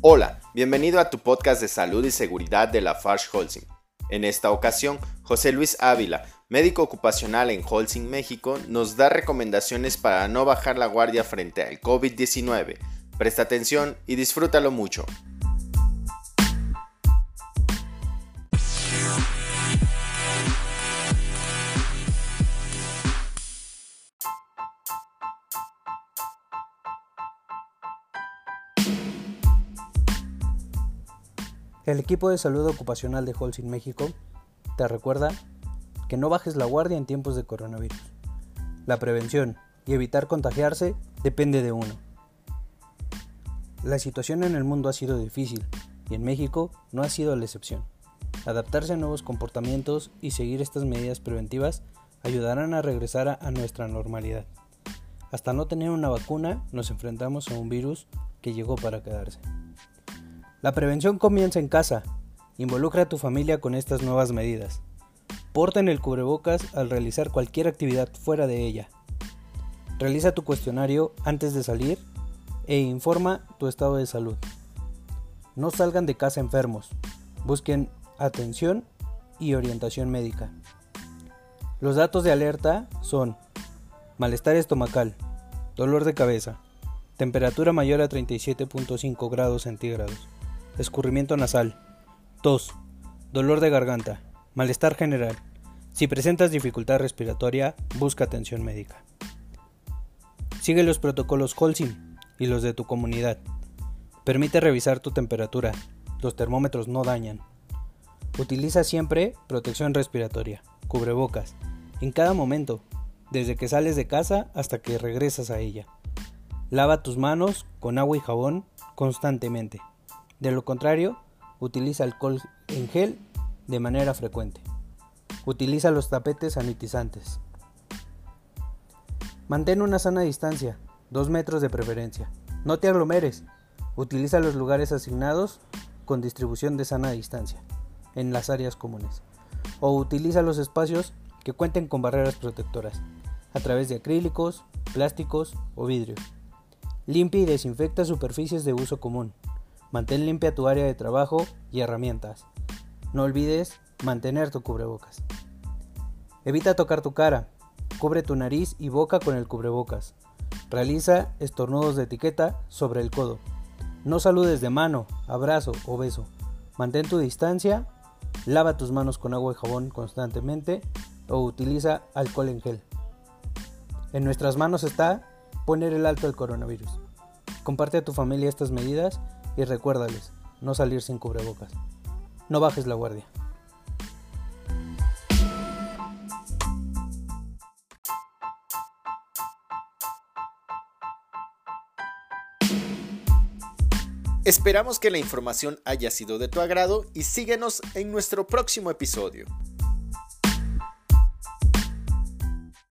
Hola, bienvenido a tu podcast de salud y seguridad de Lafarge Holcim. En esta ocasión, José Luis Ávila, médico ocupacional en Holcim, México, nos da recomendaciones para no bajar la guardia frente al COVID-19. Presta atención y disfrútalo mucho. El equipo de salud ocupacional de Holcim México te recuerda que no bajes la guardia en tiempos de coronavirus. La prevención y evitar contagiarse depende de uno. La situación en el mundo ha sido difícil y en México no ha sido la excepción. Adaptarse a nuevos comportamientos y seguir estas medidas preventivas ayudarán a regresar a nuestra normalidad. Hasta no tener una vacuna, nos enfrentamos a un virus que llegó para quedarse. La prevención comienza en casa. Involucra a tu familia con estas nuevas medidas. Porten el cubrebocas al realizar cualquier actividad fuera de ella. Realiza tu cuestionario antes de salir e informa tu estado de salud. No salgan de casa enfermos. Busquen atención y orientación médica. Los datos de alerta son malestar estomacal, dolor de cabeza, temperatura mayor a 37.5 grados centígrados, escurrimiento nasal, tos, dolor de garganta, malestar general. Si presentas dificultad respiratoria, busca atención médica. Sigue los protocolos Holcim y los de tu comunidad. Permite revisar tu temperatura. Los termómetros no dañan. Utiliza siempre protección respiratoria, cubrebocas, en cada momento, desde que sales de casa hasta que regresas a ella. Lava tus manos con agua y jabón constantemente. De lo contrario, utiliza alcohol en gel de manera frecuente. Utiliza los tapetes sanitizantes. Mantén una sana distancia, 2 metros de preferencia. No te aglomeres. Utiliza los lugares asignados con distribución de sana distancia en las áreas comunes. O utiliza los espacios que cuenten con barreras protectoras a través de acrílicos, plásticos o vidrio. Limpia y desinfecta superficies de uso común. Mantén limpia tu área de trabajo y herramientas. No olvides mantener tu cubrebocas. Evita tocar tu cara. Cubre tu nariz y boca con el cubrebocas. Realiza estornudos de etiqueta sobre el codo. No saludes de mano, abrazo o beso. Mantén tu distancia. Lava tus manos con agua y jabón constantemente o utiliza alcohol en gel. En nuestras manos está poner el alto al coronavirus. Comparte a tu familia estas medidas y recuérdales, no salir sin cubrebocas. No bajes la guardia. Esperamos que la información haya sido de tu agrado y síguenos en nuestro próximo episodio.